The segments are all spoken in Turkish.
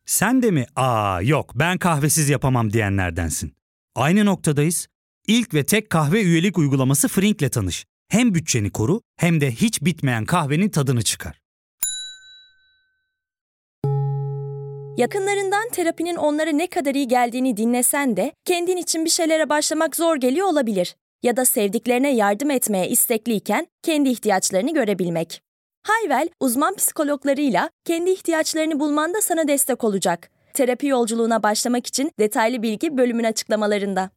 Sen de mi yok ben kahvesiz yapamam diyenlerdensin? Aynı noktadayız. İlk ve tek kahve üyelik uygulaması Frink'le tanış. Hem bütçeni koru hem de hiç bitmeyen kahvenin tadını çıkar. Yakınlarından terapinin onlara ne kadar iyi geldiğini dinlesen de kendin için bir şeylere başlamak zor geliyor olabilir. Ya da sevdiklerine yardım etmeye istekliyken kendi ihtiyaçlarını görebilmek. Hayvel, uzman psikologlarıyla kendi ihtiyaçlarını bulmanda sana destek olacak. Terapi yolculuğuna başlamak için detaylı bilgi bölümün açıklamalarında.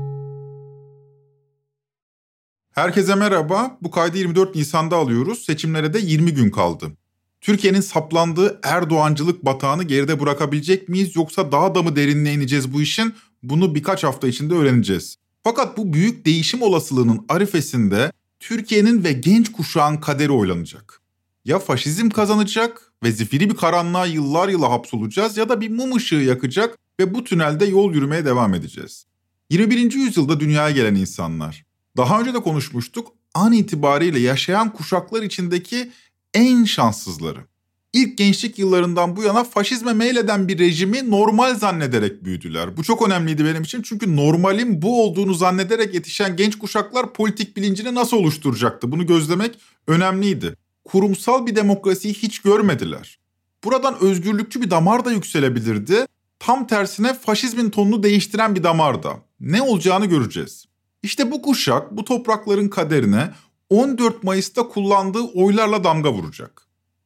Herkese merhaba. Bu kaydı 24 Nisan'da alıyoruz. Seçimlere de 20 gün kaldı. Türkiye'nin saplandığı Erdoğancılık batağını geride bırakabilecek miyiz yoksa daha da mı derinine ineceğiz bu işin? Bunu birkaç hafta içinde öğreneceğiz. Fakat bu büyük değişim olasılığının arifesinde Türkiye'nin ve genç kuşağın kaderi oylanacak. Ya faşizm kazanacak ve zifiri bir karanlığa yıllar yılı hapsolacağız ya da bir mum ışığı yakacak ve bu tünelde yol yürümeye devam edeceğiz. 21. yüzyılda dünyaya gelen insanlar. Daha önce de konuşmuştuk, an itibariyle yaşayan kuşaklar içindeki en şanssızları. İlk gençlik yıllarından bu yana faşizme meyleden bir rejimi normal zannederek büyüdüler. Bu çok önemliydi benim için çünkü normalin bu olduğunu zannederek yetişen genç kuşaklar politik bilincini nasıl oluşturacaktı? Bunu gözlemek önemliydi. Kurumsal bir demokrasiyi hiç görmediler. Buradan özgürlükçü bir damar da yükselebilirdi. Tam tersine faşizmin tonunu değiştiren bir damar da. Ne olacağını göreceğiz. İşte bu kuşak bu toprakların kaderine 14 Mayıs'ta kullandığı oylarla damga vuracak.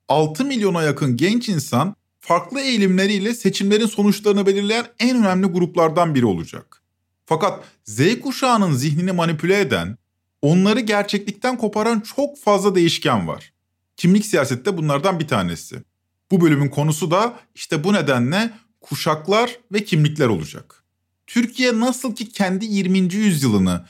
6 milyona yakın genç insan farklı eğilimleriyle seçimlerin sonuçlarını belirleyen en önemli gruplardan biri olacak. Fakat Z kuşağının zihnini manipüle eden, onları gerçeklikten koparan çok fazla değişken var. Kimlik siyasette bunlardan bir tanesi. Bu bölümün konusu da işte bu nedenle kuşaklar ve kimlikler olacak. Türkiye nasıl ki kendi 20. yüzyılını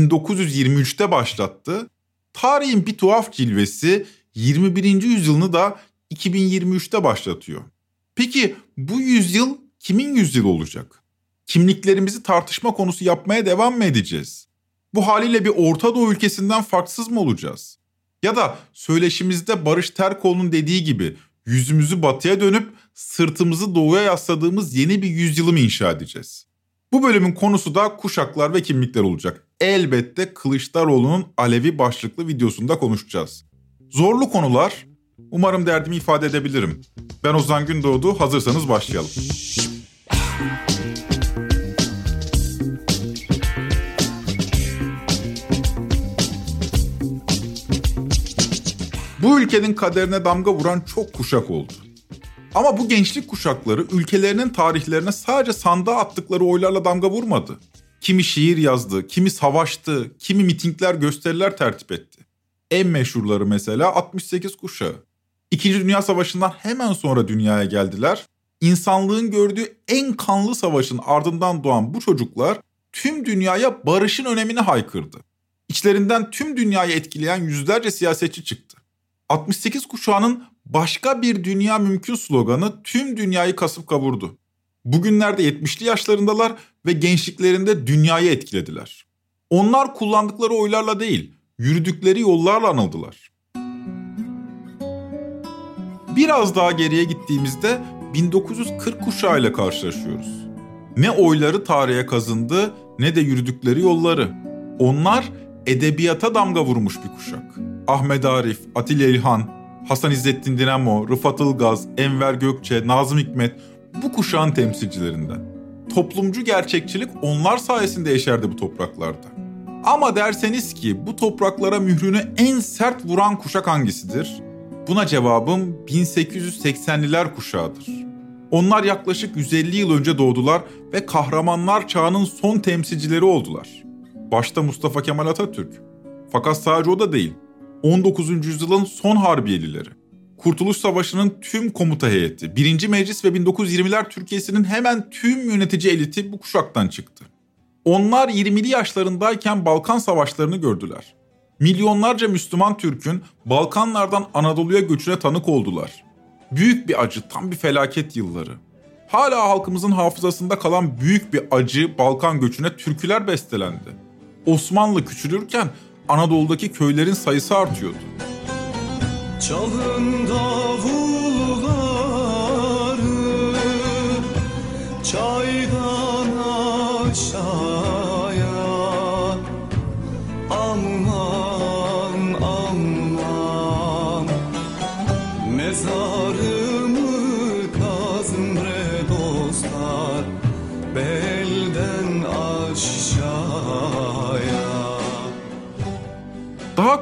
1923'te başlattı, tarihin bir tuhaf cilvesi 21. yüzyılını da 2023'te başlatıyor. Peki bu yüzyıl kimin yüzyılı olacak? Kimliklerimizi tartışma konusu yapmaya devam mı edeceğiz? Bu haliyle bir Orta Doğu ülkesinden farksız mı olacağız? Ya da söyleşimizde Barış Terkoğlu'nun dediği gibi yüzümüzü batıya dönüp sırtımızı doğuya yasladığımız yeni bir yüzyılı mı inşa edeceğiz? Bu bölümün konusu da kuşaklar ve kimlikler olacak. Elbette Kılıçdaroğlu'nun Alevi başlıklı videosunda konuşacağız. Zorlu konular, umarım derdimi ifade edebilirim. Ben Ozan Gündoğdu, hazırsanız başlayalım. Bu ülkenin kaderine damga vuran çok kuşak oldu. Ama bu gençlik kuşakları ülkelerinin tarihlerine sadece sandığa attıkları oylarla damga vurmadı. Kimi şiir yazdı, kimi savaştı, kimi mitingler, gösteriler tertip etti. En meşhurları mesela 68 kuşağı. İkinci Dünya Savaşı'ndan hemen sonra dünyaya geldiler. İnsanlığın gördüğü en kanlı savaşın ardından doğan bu çocuklar tüm dünyaya barışın önemini haykırdı. İçlerinden tüm dünyayı etkileyen yüzlerce siyasetçi çıktı. 68 kuşağının başka bir dünya mümkün sloganı tüm dünyayı kasıp kavurdu. Bugünlerde 70'li yaşlarındalar ve gençliklerinde dünyayı etkilediler. Onlar kullandıkları oylarla değil, yürüdükleri yollarla anıldılar. Biraz daha geriye gittiğimizde 1940 kuşağıyla karşılaşıyoruz. Ne oyları tarihe kazındı ne de yürüdükleri yolları. Onlar edebiyata damga vurmuş bir kuşak. Ahmet Arif, Atilla İlhan, Hasan İzzettin Dinamo, Rıfat Ilgaz, Enver Gökçe, Nazım Hikmet bu kuşağın temsilcilerinden. Toplumcu gerçekçilik onlar sayesinde yeşerdi bu topraklarda. Ama derseniz ki bu topraklara mührünü en sert vuran kuşak hangisidir? Buna cevabım 1880'liler kuşağıdır. Onlar yaklaşık 150 yıl önce doğdular ve kahramanlar çağının son temsilcileri oldular. Başta Mustafa Kemal Atatürk. Fakat sadece o da değil. 19. yüzyılın son harbiyelileri. Kurtuluş Savaşı'nın tüm komuta heyeti, 1. Meclis ve 1920'ler Türkiye'sinin hemen tüm yönetici eliti bu kuşaktan çıktı. Onlar 20'li yaşlarındayken Balkan Savaşlarını gördüler. Milyonlarca Müslüman Türk'ün Balkanlardan Anadolu'ya göçüne tanık oldular. Büyük bir acı, tam bir felaket yılları. Hala halkımızın hafızasında kalan büyük bir acı Balkan göçüne türküler bestelendi. Osmanlı küçülürken Anadolu'daki köylerin sayısı artıyordu. Çalın davulları,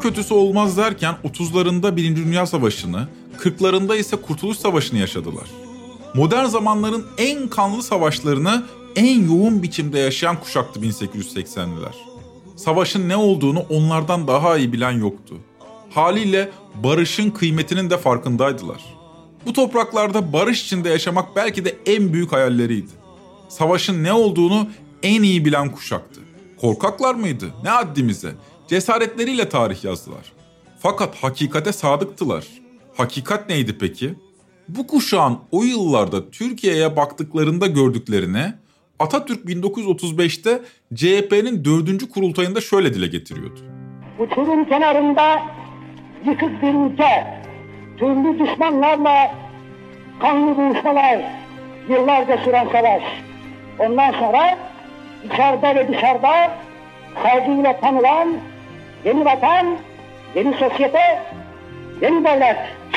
kötüsü olmaz derken 30'larında Birinci Dünya Savaşı'nı, 40'larında ise Kurtuluş Savaşı'nı yaşadılar. Modern zamanların en kanlı savaşlarını en yoğun biçimde yaşayan kuşaktı 1880'liler. Savaşın ne olduğunu onlardan daha iyi bilen yoktu. Haliyle barışın kıymetinin de farkındaydılar. Bu topraklarda barış içinde yaşamak belki de en büyük hayalleriydi. Savaşın ne olduğunu en iyi bilen kuşaktı. Korkaklar mıydı? Ne haddimize? Cesaretleriyle tarih yazdılar. Fakat hakikate sadıktılar. Hakikat neydi peki? Bu kuşağın o yıllarda Türkiye'ye baktıklarında gördüklerini Atatürk 1935'te CHP'nin 4. kurultayında şöyle dile getiriyordu. Uçurum kenarında yıkık bir ülke, türlü düşmanlarla kanlı boğuşmalar, yıllarca süren savaş. Ondan sonra içeride ve dışarıda saygıyla tanılan yeni vatan, yeni sosyete, yeni devlet.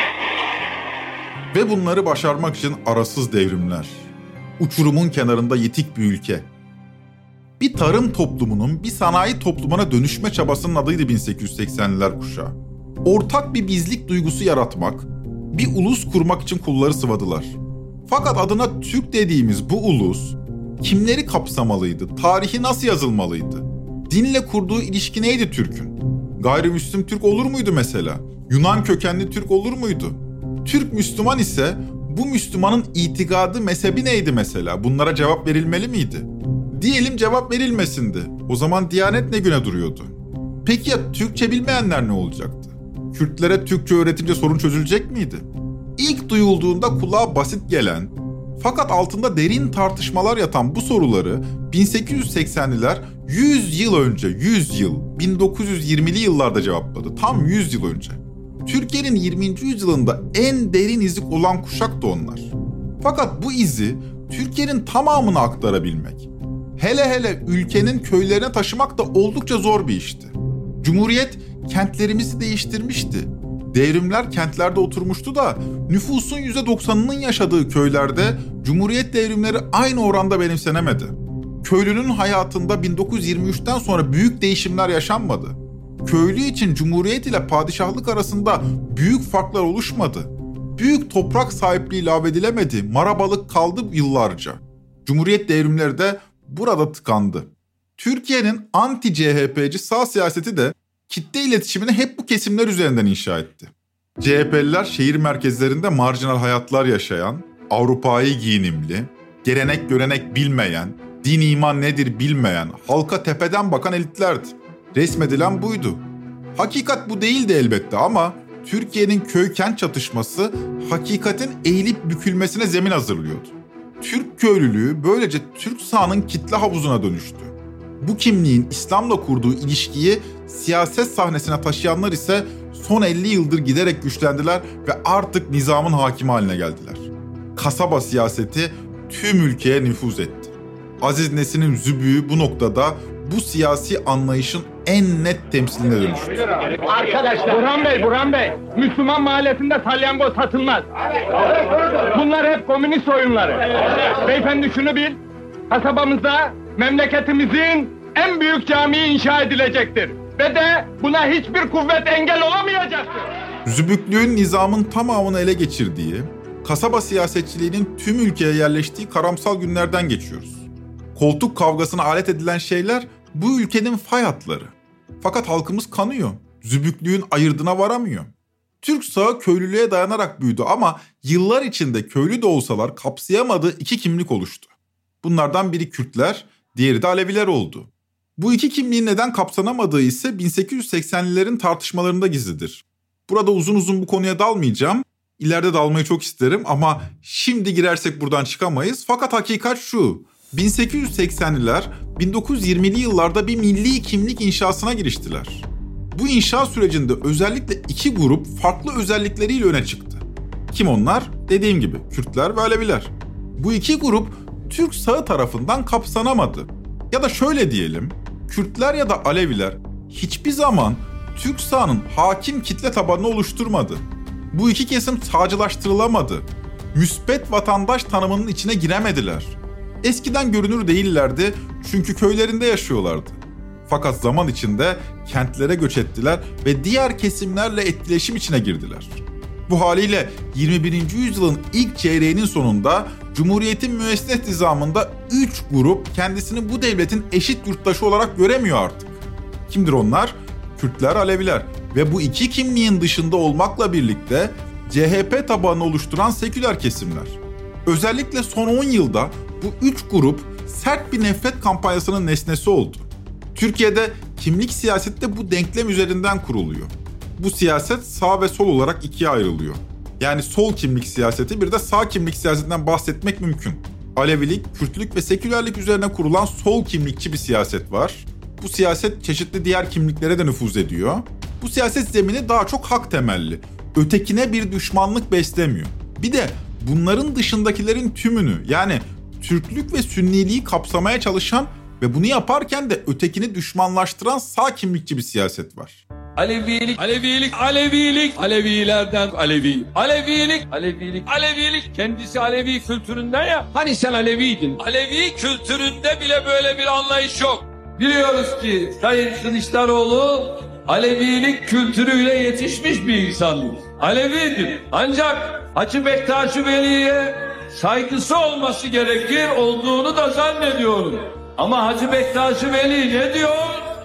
Ve bunları başarmak için arasız devrimler. Uçurumun kenarında yitik bir ülke. Bir tarım toplumunun bir sanayi toplumuna dönüşme çabasının adıydı 1880'liler kuşağı. Ortak bir bizlik duygusu yaratmak, bir ulus kurmak için kulları sıvadılar. Fakat adına Türk dediğimiz bu ulus kimleri kapsamalıydı, tarihi nasıl yazılmalıydı? Dinle kurduğu ilişki neydi Türk'ün? Gayrimüslim Türk olur muydu mesela? Yunan kökenli Türk olur muydu? Türk Müslüman ise bu Müslümanın itikadı, mezhebi neydi mesela? Bunlara cevap verilmeli miydi? Diyelim cevap verilmesindi. O zaman Diyanet ne güne duruyordu? Peki ya Türkçe bilmeyenler ne olacaktı? Kürtlere Türkçe öğretince sorun çözülecek miydi? İlk duyulduğunda kulağa basit gelen, fakat altında derin tartışmalar yatan bu soruları 1880'liler 100 yıl önce, 1920'li yıllarda cevapladı. Tam 100 yıl önce. Türkiye'nin 20. yüzyılında en derin izi olan kuşak da onlar. Fakat bu izi Türkiye'nin tamamına aktarabilmek, hele ülkenin köylerine taşımak da oldukça zor bir işti. Cumhuriyet kentlerimizi değiştirmişti. Devrimler kentlerde oturmuştu da nüfusun %90'ının yaşadığı köylerde Cumhuriyet devrimleri aynı oranda benimsenemedi. Köylünün hayatında 1923'ten sonra büyük değişimler yaşanmadı. Köylü için Cumhuriyet ile padişahlık arasında büyük farklar oluşmadı. Büyük toprak sahipliği ilave edilemedi, marabalık kaldı yıllarca. Cumhuriyet devrimleri de burada tıkandı. Türkiye'nin anti-CHP'ci sağ siyaseti de kitle iletişimini hep bu kesimler üzerinden inşa etti. CHP'liler şehir merkezlerinde marjinal hayatlar yaşayan, Avrupa'yı giyinimli, gelenek görenek bilmeyen, din iman nedir bilmeyen, halka tepeden bakan elitlerdi. Resmedilen buydu. Hakikat bu değildi elbette ama Türkiye'nin köy-kent çatışması hakikatin eğilip bükülmesine zemin hazırlıyordu. Türk köylülüğü böylece Türk sağının kitle havuzuna dönüştü. Bu kimliğin İslam'la kurduğu ilişkiyi siyaset sahnesine taşıyanlar ise son 50 yıldır giderek güçlendiler ve artık nizamın hakimi haline geldiler. Kasaba siyaseti tüm ülkeye nüfuz etti. Aziz Nesin'in zübüğü bu noktada bu siyasi anlayışın en net temsiline dönüştü. Arkadaşlar, Burhan Bey, Müslüman mahallesinde salyangoz satılmaz. Bunlar hep komünist oyunları. Beyefendi şunu bil, kasabamızda memleketimizin en büyük camii inşa edilecektir. Ve de buna hiçbir kuvvet engel olamayacaktır. Zübüklüğün nizamın tamamını ele geçirdiği, kasaba siyasetçiliğinin tüm ülkeye yerleştiği karamsal günlerden geçiyoruz. Koltuk kavgasına alet edilen şeyler bu ülkenin fay hatları. Fakat halkımız kanıyor. Zübüklüğün ayırdına varamıyor. Türk sağı köylülüğe dayanarak büyüdü ama yıllar içinde köylü de olsalar kapsayamadığı iki kimlik oluştu. Bunlardan biri Kürtler, diğeri de Aleviler oldu. Bu iki kimliğin neden kapsanamadığı ise 1880'lilerin tartışmalarında gizlidir. Burada uzun uzun bu konuya dalmayacağım. İleride dalmayı çok isterim ama şimdi girersek buradan çıkamayız. Fakat hakikat şu: 1880'liler 1920'li yıllarda bir milli kimlik inşasına giriştiler. Bu inşa sürecinde özellikle iki grup farklı özellikleriyle öne çıktı. Kim onlar? Dediğim gibi Kürtler ve Aleviler. Bu iki grup Türk sağı tarafından kapsanamadı. Ya da şöyle diyelim, Kürtler ya da Aleviler hiçbir zaman Türk sağının hakim kitle tabanını oluşturmadı. Bu iki kesim sağcılaştırılamadı. Müspet vatandaş tanımının içine giremediler. Eskiden görünür değillerdi çünkü köylerinde yaşıyorlardı. Fakat zaman içinde kentlere göç ettiler ve diğer kesimlerle etkileşim içine girdiler. Bu haliyle 21. yüzyılın ilk çeyreğinin sonunda Cumhuriyet'in müesses nizamında 3 grup kendisini bu devletin eşit yurttaşı olarak göremiyor artık. Kimdir onlar? Kürtler, Aleviler ve bu iki kimliğin dışında olmakla birlikte CHP tabanını oluşturan seküler kesimler. Özellikle son 10 yılda bu 3 grup sert bir nefret kampanyasının nesnesi oldu. Türkiye'de kimlik siyaseti de bu denklem üzerinden kuruluyor. Bu siyaset sağ ve sol olarak ikiye ayrılıyor. Yani sol kimlik siyaseti, bir de sağ kimlik siyasetinden bahsetmek mümkün. Alevilik, Kürtlük ve sekülerlik üzerine kurulan sol kimlikçi bir siyaset var. Bu siyaset çeşitli diğer kimliklere de nüfuz ediyor. Bu siyaset zemini daha çok hak temelli. Ötekine bir düşmanlık beslemiyor. Bir de bunların dışındakilerin tümünü, yani Türklük ve Sünniliği kapsamaya çalışan ve bunu yaparken de ötekini düşmanlaştıran sağ kimlikçi bir siyaset var. Alevilik, Alevilik, Alevilik, Alevilerden Alevi, Alevilik, Alevilik, Alevilik. Kendisi Alevi kültüründen ya. Hani sen Aleviydin. Alevi kültüründe bile böyle bir anlayış yok. Biliyoruz ki Sayın Kılıçdaroğlu Alevilik kültürüyle yetişmiş bir insandır. Alevidir. Ancak Hacı Bektaş Veli'ye saygısı olması gerekir, olduğunu da zannediyorum. Ama Hacı Bektaş Veli ne diyor?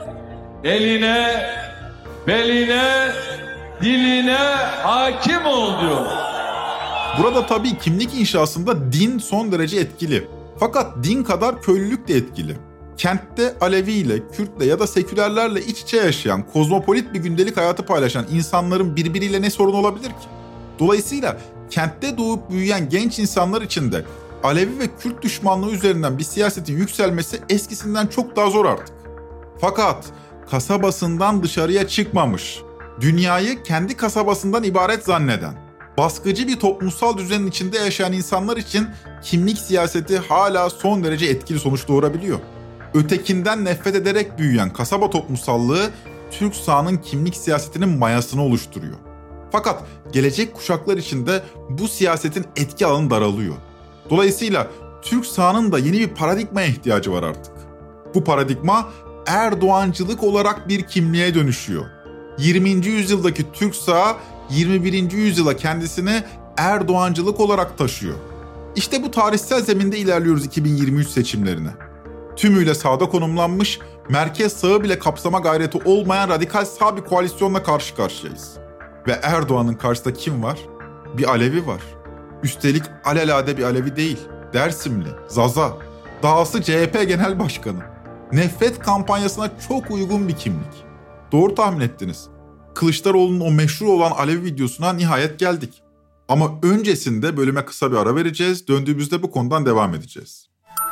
Eline, beline, diline hakim ol diyor. Burada tabii kimlik inşasında din son derece etkili. Fakat din kadar köylülük de etkili. Kentte Alevi ile, Kürtle ya da sekülerlerle iç içe yaşayan, kozmopolit bir gündelik hayatı paylaşan insanların birbiriyle ne sorun olabilir ki? Dolayısıyla kentte doğup büyüyen genç insanlar için de Alevi ve Kürt düşmanlığı üzerinden bir siyasetin yükselmesi eskisinden çok daha zor artık. Fakat kasabasından dışarıya çıkmamış, dünyayı kendi kasabasından ibaret zanneden, baskıcı bir toplumsal düzenin içinde yaşayan insanlar için kimlik siyaseti hala son derece etkili sonuç doğurabiliyor. Ötekinden nefret ederek büyüyen kasaba toplumsallığı Türk sağının kimlik siyasetinin mayasını oluşturuyor. Fakat gelecek kuşaklar için de bu siyasetin etki alanı daralıyor. Dolayısıyla Türk sağının da yeni bir paradigmaya ihtiyacı var artık. Bu paradigma Erdoğancılık olarak bir kimliğe dönüşüyor. 20. yüzyıldaki Türk sağı 21. yüzyıla kendisini Erdoğancılık olarak taşıyor. İşte bu tarihsel zeminde ilerliyoruz 2023 seçimlerine. Tümüyle sağda konumlanmış, merkez sağı bile kapsama gayreti olmayan radikal sağ bir koalisyonla karşı karşıyayız. Ve Erdoğan'ın karşısında kim var? Bir Alevi var. Üstelik alelade bir Alevi değil, Dersimli, Zaza, dahası CHP Genel Başkanı. Nefret kampanyasına çok uygun bir kimlik. Doğru tahmin ettiniz. Kılıçdaroğlu'nun o meşhur olan Alevi videosuna nihayet geldik. Ama öncesinde bölüme kısa bir ara vereceğiz. Döndüğümüzde bu konudan devam edeceğiz.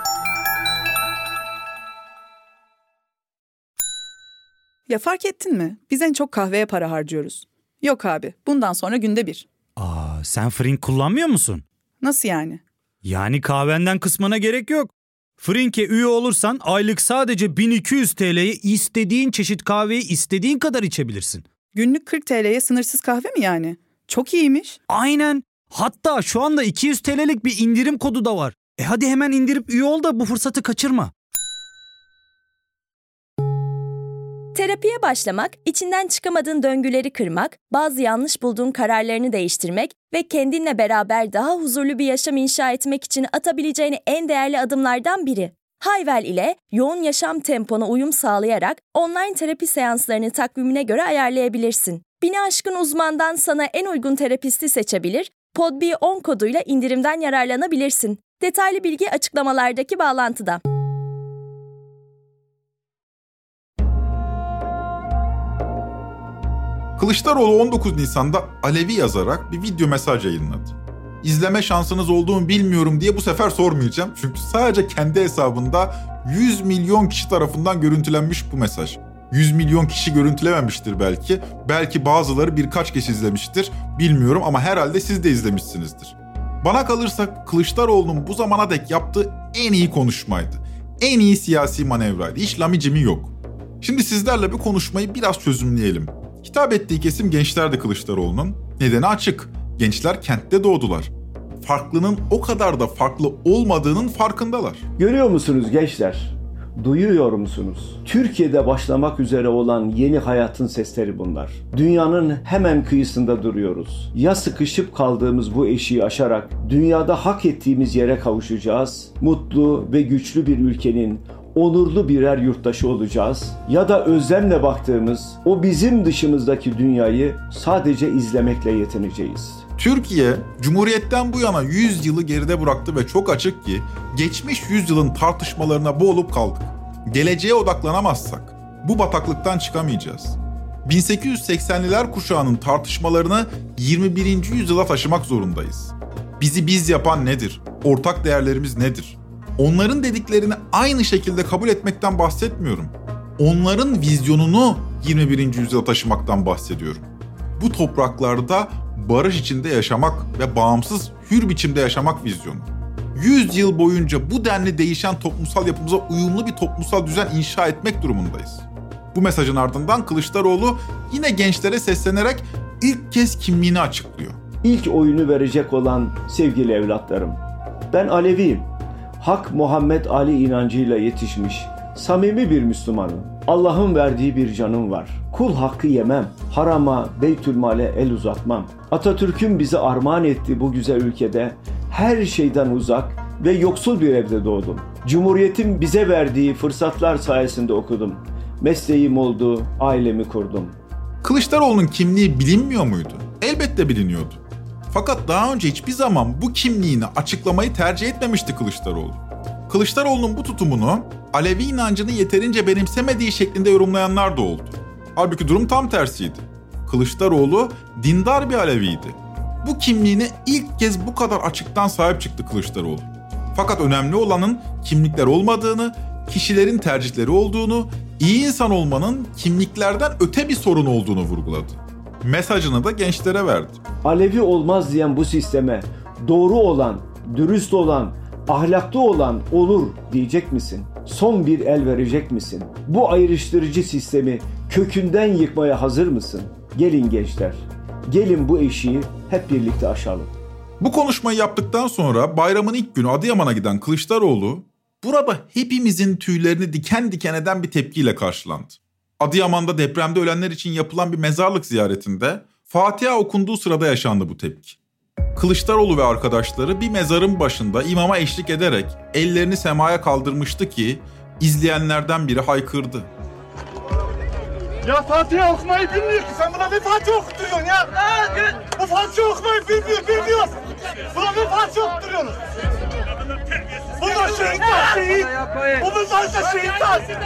Ya fark ettin mi? Biz en çok kahveye para harcıyoruz. Yok abi, bundan sonra günde bir. Sen Frink kullanmıyor musun? Nasıl yani? Yani kahvenden kısmına gerek yok. Frink'e üye olursan aylık sadece 1200 TL'ye istediğin çeşit kahveyi istediğin kadar içebilirsin. Günlük 40 TL'ye sınırsız kahve mi yani? Çok iyiymiş. Aynen. Hatta şu anda 200 TL'lik bir indirim kodu da var. Hadi hemen indirip üye ol da bu fırsatı kaçırma. Terapiye başlamak, içinden çıkamadığın döngüleri kırmak, bazı yanlış bulduğun kararlarını değiştirmek ve kendinle beraber daha huzurlu bir yaşam inşa etmek için atabileceğin en değerli adımlardan biri. Hayvel ile yoğun yaşam tempona uyum sağlayarak online terapi seanslarını takvimine göre ayarlayabilirsin. 1000'i aşkın uzmandan sana en uygun terapisti seçebilir, PODB10 koduyla indirimden yararlanabilirsin. Detaylı bilgi açıklamalardaki bağlantıda. Kılıçdaroğlu 19 Nisan'da Alevi yazarak bir video mesaj yayınladı. İzleme şansınız oldu mu bilmiyorum diye bu sefer sormayacağım. Çünkü sadece kendi hesabında 100 milyon kişi tarafından görüntülenmiş bu mesaj. 100 milyon kişi görüntülememiştir belki. Belki bazıları birkaç kişi izlemiştir. Bilmiyorum ama herhalde siz de izlemişsinizdir. Bana kalırsa Kılıçdaroğlu'nun bu zamana dek yaptığı en iyi konuşmaydı. En iyi siyasi manevraydı. Hiç lamicimi yok. Şimdi sizlerle bu konuşmayı biraz çözümleyelim. Hitap ettiği kesim gençlerdi Kılıçdaroğlu'nun. Nedeni açık. Gençler kentte doğdular. Farklının o kadar da farklı olmadığının farkındalar. Görüyor musunuz gençler? Duyuyor musunuz? Türkiye'de başlamak üzere olan yeni hayatın sesleri bunlar. Dünyanın hemen kıyısında duruyoruz. Ya sıkışıp kaldığımız bu eşiği aşarak dünyada hak ettiğimiz yere kavuşacağız, mutlu ve güçlü bir ülkenin onurlu birer yurttaşı olacağız, ya da özlemle baktığımız o bizim dışımızdaki dünyayı sadece izlemekle yetineceğiz. Türkiye, Cumhuriyet'ten bu yana 100 yılı geride bıraktı ve çok açık ki geçmiş 100 yılın tartışmalarına boğulup kaldık. Geleceğe odaklanamazsak bu bataklıktan çıkamayacağız. 1880'liler kuşağının tartışmalarını 21. yüzyıla taşımak zorundayız. Bizi biz yapan nedir? Ortak değerlerimiz nedir? Onların dediklerini aynı şekilde kabul etmekten bahsetmiyorum. Onların vizyonunu 21. yüzyıla taşımaktan bahsediyorum. Bu topraklarda barış içinde yaşamak ve bağımsız, hür biçimde yaşamak vizyonu. 100 yıl boyunca bu denli değişen toplumsal yapımıza uyumlu bir toplumsal düzen inşa etmek durumundayız. Bu mesajın ardından Kılıçdaroğlu yine gençlere seslenerek ilk kez kimliğini açıklıyor. İlk oyunu verecek olan sevgili evlatlarım, ben Aleviyim. Hak Muhammed Ali inancıyla yetişmiş, samimi bir Müslümanım. Allah'ın verdiği bir canım var. Kul hakkı yemem, harama, beytülmale el uzatmam. Atatürk'ün bize armağan ettiği bu güzel ülkede her şeyden uzak ve yoksul bir evde doğdum. Cumhuriyetin bize verdiği fırsatlar sayesinde okudum. Mesleğim oldu, ailemi kurdum. Kılıçdaroğlu'nun kimliği bilinmiyor muydu? Elbette biliniyordu. Fakat daha önce hiçbir zaman bu kimliğini açıklamayı tercih etmemişti Kılıçdaroğlu. Kılıçdaroğlu'nun bu tutumunu Alevi inancını yeterince benimsemediği şeklinde yorumlayanlar da oldu. Halbuki durum tam tersiydi. Kılıçdaroğlu dindar bir Aleviydi. Bu kimliğine ilk kez bu kadar açıktan sahip çıktı Kılıçdaroğlu. Fakat önemli olanın kimlikler olmadığını, kişilerin tercihleri olduğunu, iyi insan olmanın kimliklerden öte bir sorun olduğunu vurguladı. Mesajını da gençlere verdi. Alevi olmaz diyen bu sisteme doğru olan, dürüst olan, ahlaklı olan olur diyecek misin? Son bir el verecek misin? Bu ayrıştırıcı sistemi kökünden yıkmaya hazır mısın? Gelin gençler, gelin bu eşiği hep birlikte aşalım. Bu konuşmayı yaptıktan sonra bayramın ilk günü Adıyaman'a giden Kılıçdaroğlu, burada hepimizin tüylerini diken diken eden bir tepkiyle karşılandı. Adıyaman'da depremde ölenler için yapılan bir mezarlık ziyaretinde Fatiha okunduğu sırada yaşandı bu tepki. Kılıçdaroğlu ve arkadaşları bir mezarın başında imama eşlik ederek ellerini semaya kaldırmıştı ki izleyenlerden biri haykırdı. Ya Fatiha okumayı bilmiyor ki, sen buna bir Fatiha okutturuyorsun ya. Bu Fatiha okumayı bilmiyor. Buna bir Fatiha okutturuyorsun. Bunlar şehit. Bunlar da şehit.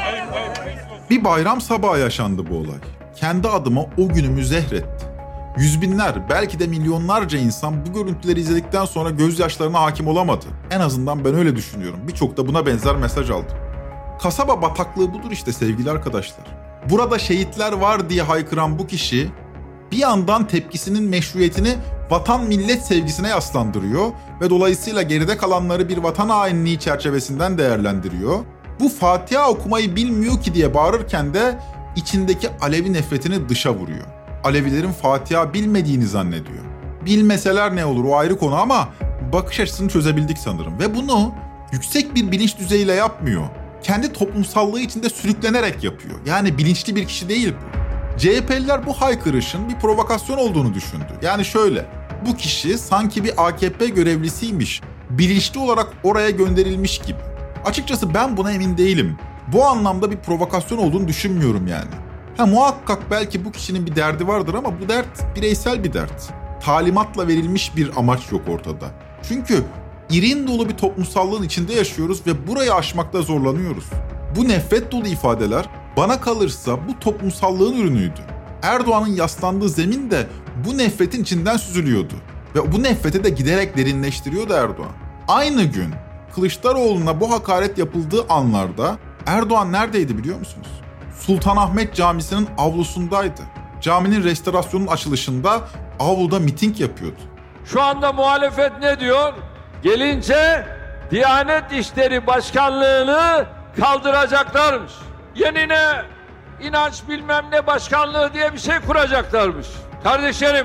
Bir bayram sabahı yaşandı bu olay. Kendi adıma o günümü zehretti. Yüz binler, belki de milyonlarca insan bu görüntüleri izledikten sonra gözyaşlarına hakim olamadı. En azından ben öyle düşünüyorum. Birçok da buna benzer mesaj aldım. Kasaba bataklığı budur işte sevgili arkadaşlar. Burada şehitler var diye haykıran bu kişi bir yandan tepkisinin meşruiyetini vatan millet sevgisine yaslandırıyor ve dolayısıyla geride kalanları bir vatan hainliği çerçevesinden değerlendiriyor. Bu Fatiha okumayı bilmiyor ki diye bağırırken de içindeki Alevi nefretini dışa vuruyor. Alevilerin Fatiha bilmediğini zannediyor. Bilmeseler ne olur o ayrı konu ama bakış açısını çözebildik sanırım. Ve bunu yüksek bir bilinç düzeyiyle yapmıyor. Kendi toplumsallığı içinde sürüklenerek yapıyor. Yani bilinçli bir kişi değil bu. CHP'liler bu haykırışın bir provokasyon olduğunu düşündü. Yani şöyle, bu kişi sanki bir AKP görevlisiymiş, bilinçli olarak oraya gönderilmiş gibi. Açıkçası ben buna emin değilim. Bu anlamda bir provokasyon olduğunu düşünmüyorum yani. Muhakkak belki bu kişinin bir derdi vardır ama bu dert bireysel bir dert. Talimatla verilmiş bir amaç yok ortada. Çünkü irin dolu bir toplumsallığın içinde yaşıyoruz ve burayı aşmakta zorlanıyoruz. Bu nefret dolu ifadeler bana kalırsa bu toplumsallığın ürünüydü. Erdoğan'ın yaslandığı zemin de bu nefretin içinden süzülüyordu. Ve bu nefreti de giderek derinleştiriyordu Erdoğan. Aynı gün Kılıçdaroğlu'na bu hakaret yapıldığı anlarda Erdoğan neredeydi biliyor musunuz? Sultanahmet Camisi'nin avlusundaydı. Caminin restorasyonun açılışında avluda miting yapıyordu. Şu anda muhalefet ne diyor? Gelince Diyanet İşleri Başkanlığı'nı kaldıracaklarmış. Yenine inanç bilmem ne başkanlığı diye bir şey kuracaklarmış. Kardeşlerim,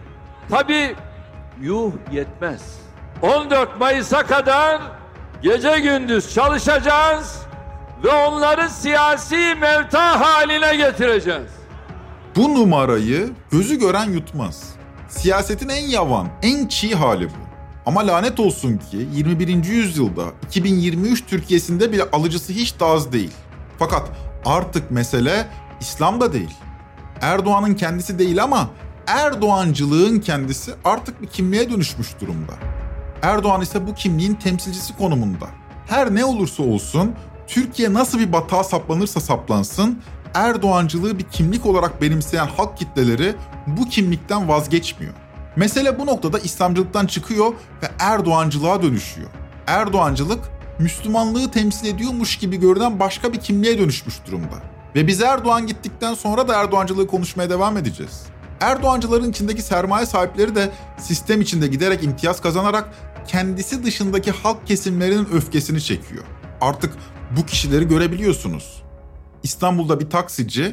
tabii yuh yetmez. 14 Mayıs'a kadar gece gündüz çalışacağız ve onları siyasi mevta haline getireceğiz. Bu numarayı gözü gören yutmaz. Siyasetin en yavan, en çiğ hali bu. Ama lanet olsun ki 21. yüzyılda 2023 Türkiye'sinde bile alıcısı hiç de az değil. Fakat artık mesele İslam'da değil. Erdoğan'ın kendisi değil ama Erdoğancılığın kendisi artık bir kimliğe dönüşmüş durumda. Erdoğan ise bu kimliğin temsilcisi konumunda. Her ne olursa olsun, Türkiye nasıl bir batağa saplanırsa saplansın, Erdoğancılığı bir kimlik olarak benimseyen halk kitleleri bu kimlikten vazgeçmiyor. Mesele bu noktada İslamcılıktan çıkıyor ve Erdoğancılığa dönüşüyor. Erdoğancılık, Müslümanlığı temsil ediyormuş gibi görünen başka bir kimliğe dönüşmüş durumda. Ve biz Erdoğan gittikten sonra da Erdoğancılığı konuşmaya devam edeceğiz. Erdoğancıların içindeki sermaye sahipleri de sistem içinde giderek imtiyaz kazanarak kendisi dışındaki halk kesimlerinin öfkesini çekiyor. Artık bu kişileri görebiliyorsunuz. İstanbul'da bir taksici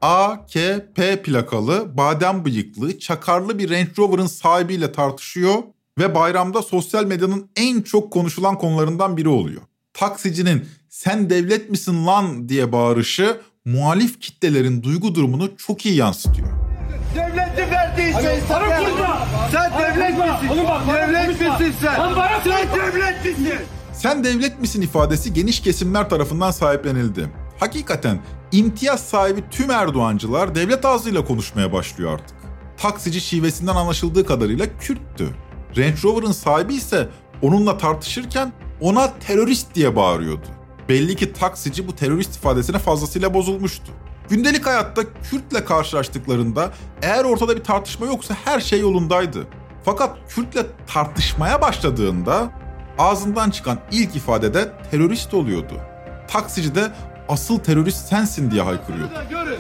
AKP plakalı, badem bıyıklı, çakarlı bir Range Rover'ın sahibiyle tartışıyor ve bayramda sosyal medyanın en çok konuşulan konularından biri oluyor. Taksicinin "sen devlet misin lan" diye bağırışı muhalif kitlelerin duygu durumunu çok iyi yansıtıyor. Devleti verdiği şey sana. Sen devlet misin? Devlet misin sen? Sen devlet misin? "Sen devlet misin" ifadesi geniş kesimler tarafından sahiplenildi. Hakikaten imtiyaz sahibi tüm Erdoğancılar devlet ağzıyla konuşmaya başlıyor artık. Taksici şivesinden anlaşıldığı kadarıyla Kürttü. Range Rover'ın sahibi ise onunla tartışırken ona terörist diye bağırıyordu. Belli ki taksici bu terörist ifadesine fazlasıyla bozulmuştu. Gündelik hayatta Kürt'le karşılaştıklarında eğer ortada bir tartışma yoksa her şey yolundaydı. Fakat Kürt'le tartışmaya başladığında ağzından çıkan ilk ifadede terörist oluyordu. Taksici de "asıl terörist sensin" diye haykırıyordu. Görün.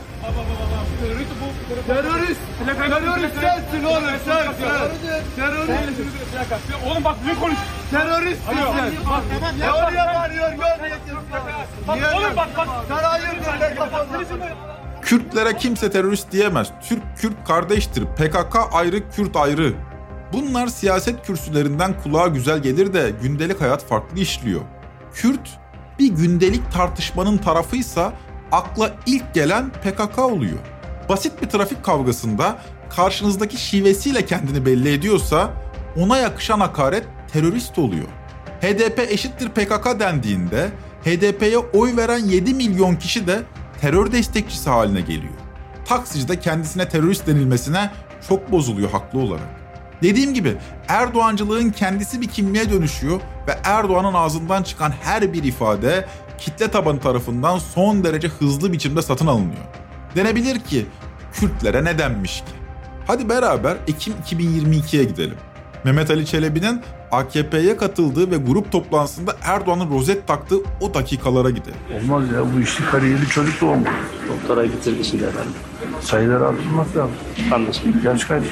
Terörist. Terörist sensin oğlum sen. Terörist. Oğlum bak ne konuş. Terörist sensin. Ne oraya varıyor görmüyorsun. Oğlum bak. Sen hayırdır be kafasını. Kürtlere kimse terörist diyemez. Türk Kürt kardeştir. PKK ayrı, Kürt ayrı. Bunlar siyaset kürsülerinden kulağa güzel gelir de gündelik hayat farklı işliyor. Kürt bir gündelik tartışmanın tarafıysa akla ilk gelen PKK oluyor. Basit bir trafik kavgasında karşınızdaki şivesiyle kendini belli ediyorsa ona yakışan hakaret terörist oluyor. HDP eşittir PKK dendiğinde HDP'ye oy veren 7 milyon kişi de terör destekçisi haline geliyor. Taksici de kendisine terörist denilmesine çok bozuluyor haklı olarak. Dediğim gibi Erdoğancılığın kendisi bir kimliğe dönüşüyor ve Erdoğan'ın ağzından çıkan her bir ifade kitle tabanı tarafından son derece hızlı biçimde satın alınıyor. Denebilir ki Kürtlere ne denmiş ki? Hadi beraber Ekim 2022'ye gidelim. Mehmet Ali Çelebi'nin AKP'ye katıldığı ve grup toplantısında Erdoğan'ın rozet taktığı o dakikalara gidelim. Olmaz ya, bu işi kariyerli çocuk doğmuş. Doktora getirmişsin efendim. Sayıları artırmak lazım. Anlaşıldı. Genç kaç?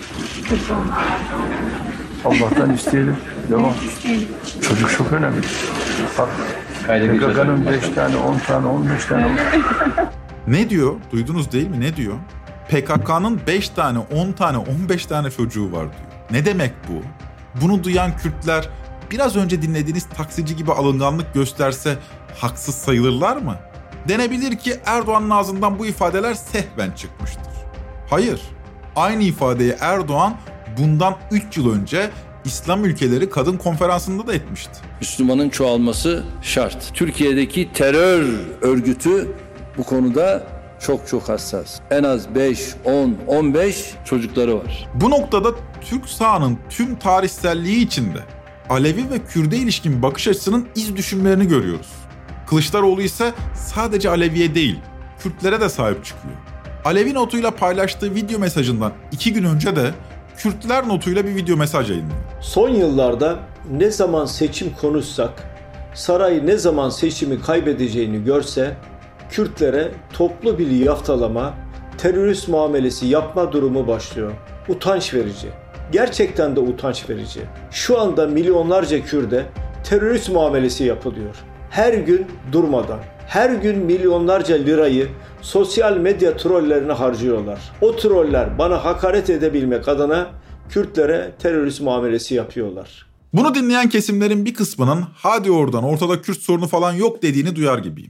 Allah'tan isteyelim. Devam. Çocuk çok önemli. Bak, PKK'nın 5 tane, 10 tane, 15 tane. Ne diyor? Duydunuz değil mi? Ne diyor? PKK'nın 5 tane, 10 tane, 15 tane çocuğu var diyor. Ne demek bu? Bunu duyan Kürtler biraz önce dinlediğiniz taksici gibi alınganlık gösterse haksız sayılırlar mı? Denebilir ki Erdoğan'ın ağzından bu ifadeler sehven çıkmıştır. Hayır, aynı ifadeyi Erdoğan bundan 3 yıl önce İslam Ülkeleri Kadın Konferansı'nda da etmişti. Müslümanın çoğalması şart. Türkiye'deki terör örgütü bu konuda çok hassas. En az 5, 10, 15 çocukları var. Bu noktada Türk sağının tüm tarihselliği içinde Alevi ve Kürt'e ilişkin bakış açısının iz düşümlerini görüyoruz. Kılıçdaroğlu ise sadece Alevi'ye değil, Kürtlere de sahip çıkıyor. Alevi notuyla paylaştığı video mesajından 2 gün önce de Kürtler notuyla bir video mesaj yayınlıyor. Son yıllarda ne zaman seçim konuşsak, saray ne zaman seçimi kaybedeceğini görse, Kürtlere toplu bir yaftalama, terörist muamelesi yapma durumu başlıyor. Utanç verici. Gerçekten de utanç verici. Şu anda milyonlarca Kürt'e terörist muamelesi yapılıyor. Her gün durmadan. Her gün milyonlarca lirayı sosyal medya trollerine harcıyorlar. O troller bana hakaret edebilmek adına Kürtlere terörist muamelesi yapıyorlar. Bunu dinleyen kesimlerin bir kısmının "hadi oradan, ortada Kürt sorunu falan yok" dediğini duyar gibiyim.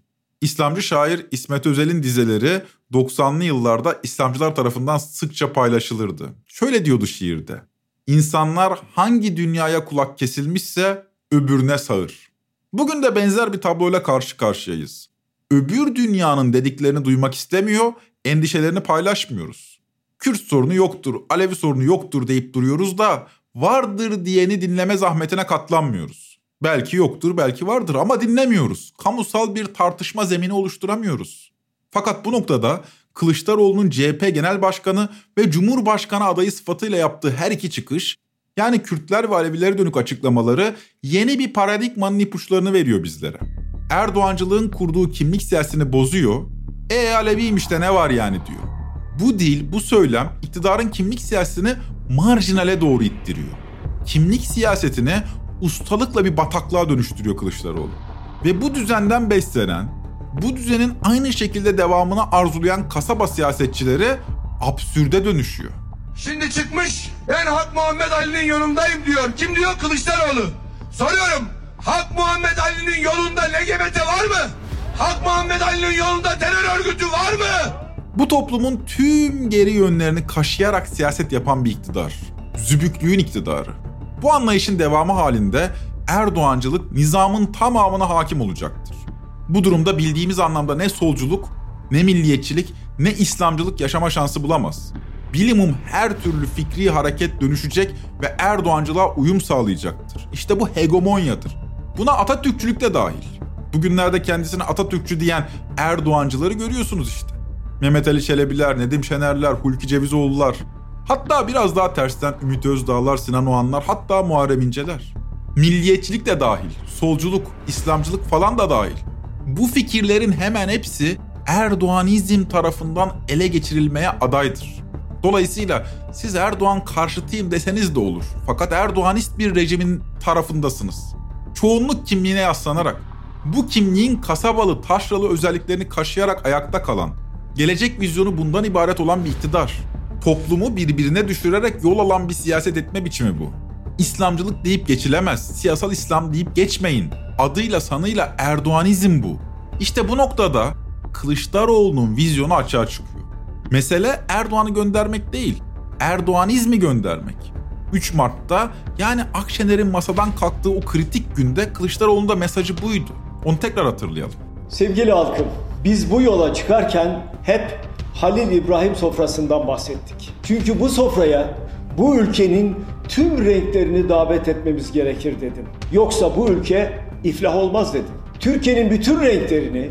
İslamcı şair İsmet Özel'in dizeleri 90'lı yıllarda İslamcılar tarafından sıkça paylaşılırdı. Şöyle diyordu şiirde: İnsanlar hangi dünyaya kulak kesilmişse öbürüne sağır. Bugün de benzer bir tabloyla karşı karşıyayız. Öbür dünyanın dediklerini duymak istemiyor, endişelerini paylaşmıyoruz. Kürt sorunu yoktur, Alevi sorunu yoktur deyip duruyoruz da vardır diyeni dinleme zahmetine katlanmıyoruz. Belki yoktur, belki vardır ama dinlemiyoruz. Kamusal bir tartışma zemini oluşturamıyoruz. Fakat bu noktada Kılıçdaroğlu'nun CHP Genel Başkanı ve Cumhurbaşkanı adayı sıfatıyla yaptığı her iki çıkış, yani Kürtler ve Alevilere dönük açıklamaları yeni bir paradigmanın ipuçlarını veriyor bizlere. Erdoğancılığın kurduğu kimlik siyasetini bozuyor, Aleviymiş de ne var yani diyor. Bu dil, bu söylem iktidarın kimlik siyasetini marjinale doğru ittiriyor. Kimlik siyasetini ustalıkla bir bataklığa dönüştürüyor Kılıçdaroğlu. Ve bu düzenden beslenen, bu düzenin aynı şekilde devamını arzulayan kasaba siyasetçileri absürde dönüşüyor. Şimdi çıkmış, ben Hak Muhammed Ali'nin yolundayım diyor. Kim diyor? Kılıçdaroğlu. Soruyorum, Hak Muhammed Ali'nin yolunda LGBT var mı? Hak Muhammed Ali'nin yolunda terör örgütü var mı? Bu toplumun tüm geri yönlerini kaşıyarak siyaset yapan bir iktidar. Zübüklüğün iktidarı. Bu anlayışın devamı halinde Erdoğancılık nizamın tamamına hakim olacaktır. Bu durumda bildiğimiz anlamda ne solculuk, ne milliyetçilik, ne İslamcılık yaşama şansı bulamaz. Bilimum her türlü fikri hareket dönüşecek ve Erdoğancılığa uyum sağlayacaktır. İşte bu hegemonyadır. Buna Atatürkçülük de dahil. Bugünlerde kendisine Atatürkçü diyen Erdoğancıları görüyorsunuz işte. Mehmet Ali Çelebiler, Nedim Şenerler, Hulki Cevizoğlular. Hatta biraz daha tersten Ümit Özdağlar, Sinan Oğanlar, hatta Muharrem İnceler. Milliyetçilik de dahil, solculuk, İslamcılık falan da dahil. Bu fikirlerin hemen hepsi Erdoğanizm tarafından ele geçirilmeye adaydır. Dolayısıyla siz Erdoğan karşıtıyım deseniz de olur. Fakat Erdoğanist bir rejimin tarafındasınız. Çoğunluk kimliğine yaslanarak, bu kimliğin kasabalı, taşralı özelliklerini kaşıyarak ayakta kalan, gelecek vizyonu bundan ibaret olan bir iktidar. Toplumu birbirine düşürerek yol alan bir siyaset etme biçimi bu. İslamcılık deyip geçilemez, siyasal İslam deyip geçmeyin. Adıyla sanıyla Erdoğanizm bu. İşte bu noktada Kılıçdaroğlu'nun vizyonu açığa çıkıyor. Mesele Erdoğan'ı göndermek değil, Erdoğanizmi göndermek. 3 Mart'ta, yani Akşener'in masadan kalktığı o kritik günde Kılıçdaroğlu'nun da mesajı buydu. Onu tekrar hatırlayalım. Sevgili halkım, biz bu yola çıkarken hep Halil İbrahim sofrasından bahsettik. Çünkü bu sofraya bu ülkenin tüm renklerini davet etmemiz gerekir dedim. Yoksa bu ülke iflah olmaz dedim. Türkiye'nin bütün renklerini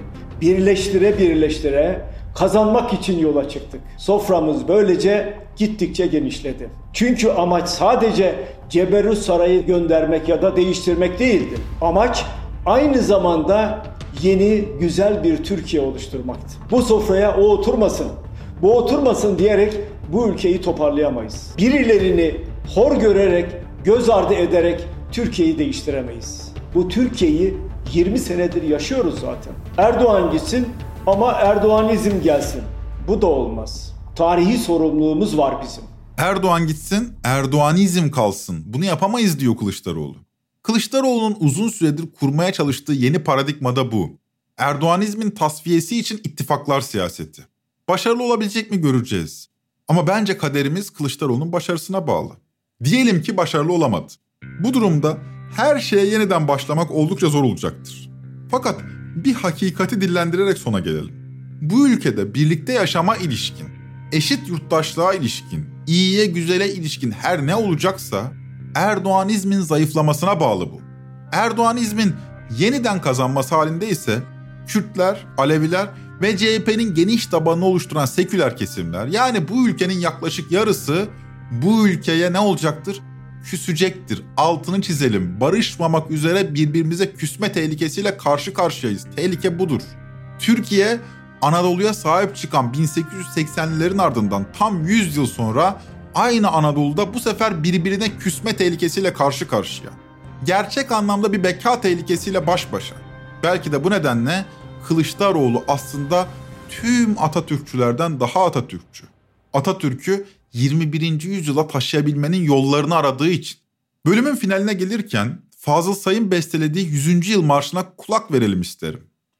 birleştire kazanmak için yola çıktık. Soframız böylece gittikçe genişledi. Çünkü amaç sadece Ceberut Sarayı göndermek ya da değiştirmek değildi. Amaç aynı zamanda yeni, güzel bir Türkiye oluşturmaktı. Bu sofraya o oturmasın, bu oturmasın diyerek bu ülkeyi toparlayamayız. Birilerini hor görerek, göz ardı ederek Türkiye'yi değiştiremeyiz. Bu Türkiye'yi 20 senedir yaşıyoruz zaten. Erdoğan gitsin ama Erdoğanizm gelsin. Bu da olmaz. Tarihi sorumluluğumuz var bizim. Erdoğan gitsin, Erdoğanizm kalsın. Bunu yapamayız diyor Kılıçdaroğlu. Kılıçdaroğlu'nun uzun süredir kurmaya çalıştığı yeni paradigmada bu. Erdoğanizmin tasfiyesi için ittifaklar siyaseti. Başarılı olabilecek mi göreceğiz. Ama bence kaderimiz Kılıçdaroğlu'nun başarısına bağlı. Diyelim ki başarılı olamadı. Bu durumda her şeye yeniden başlamak oldukça zor olacaktır. Fakat bir hakikati dillendirerek sona gelelim. Bu ülkede birlikte yaşama ilişkin, eşit yurttaşlığa ilişkin, iyiye güzele ilişkin her ne olacaksa Erdoğanizmin zayıflamasına bağlı bu. Erdoğanizmin yeniden kazanması halinde ise Kürtler, Aleviler ve CHP'nin geniş tabanını oluşturan seküler kesimler, yani bu ülkenin yaklaşık yarısı bu ülkeye ne olacaktır? Küsecektir. Altını çizelim. Barışmamak üzere birbirimize küsme tehlikesiyle karşı karşıyayız. Tehlike budur. Türkiye, Anadolu'ya sahip çıkan 1880'lilerin ardından tam 100 yıl sonra aynı Anadolu'da bu sefer birbirine küsme tehlikesiyle karşı karşıya. Gerçek anlamda bir beka tehlikesiyle baş başa. Belki de bu nedenle Kılıçdaroğlu aslında tüm Atatürkçülerden daha Atatürkçü. Atatürk'ü 21. yüzyıla taşıyabilmenin yollarını aradığı için. Bölümün finaline gelirken Fazıl Say'ın bestelediği 100. yıl marşına kulak verelim isterim.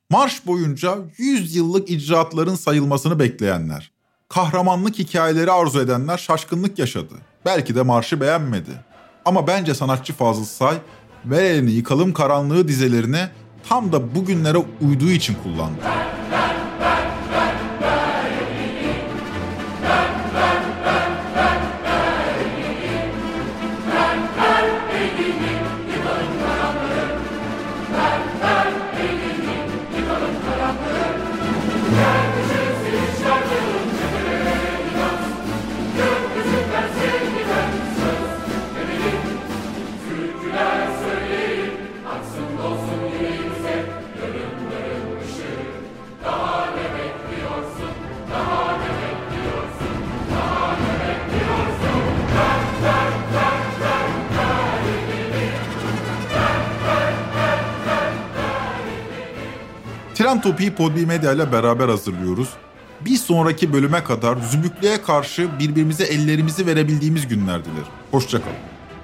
Marş boyunca 100 yıllık icraatların sayılmasını bekleyenler, kahramanlık hikayeleri arzu edenler şaşkınlık yaşadı. Belki de marşı beğenmedi. Ama bence sanatçı Fazıl Say, "Ver elini yıkalım karanlığı" dizelerini tam da bugünlere uyduğu için kullandı. Tren Topi'yi Podbi Medya ile beraber hazırlıyoruz. Bir sonraki bölüme kadar zübüklüğe karşı birbirimize ellerimizi verebildiğimiz günler dilerim. Hoşça kalın.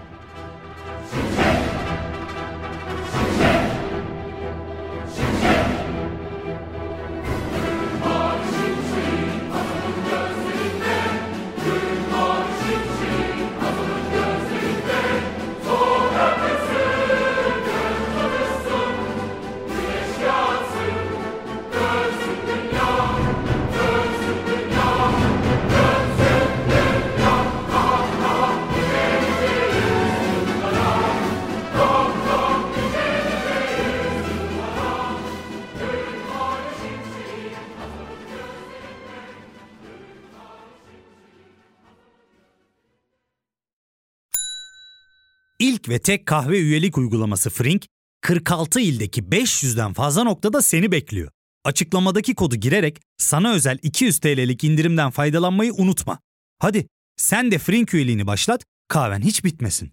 İlk ve tek kahve üyelik uygulaması Frink, 46 ildeki 500'den fazla noktada seni bekliyor. Açıklamadaki kodu girerek sana özel 200 TL'lik indirimden faydalanmayı unutma. Hadi sen de Frink üyeliğini başlat, kahven hiç bitmesin.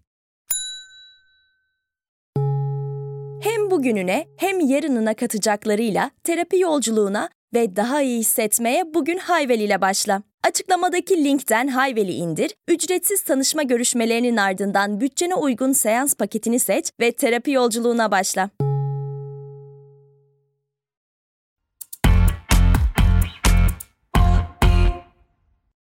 Hem bugününe hem yarınına katacaklarıyla terapi yolculuğuna ve daha iyi hissetmeye bugün Hayvel ile başla. Açıklamadaki linkten Hayvel'i indir, ücretsiz tanışma görüşmelerinin ardından bütçene uygun seans paketini seç ve terapi yolculuğuna başla.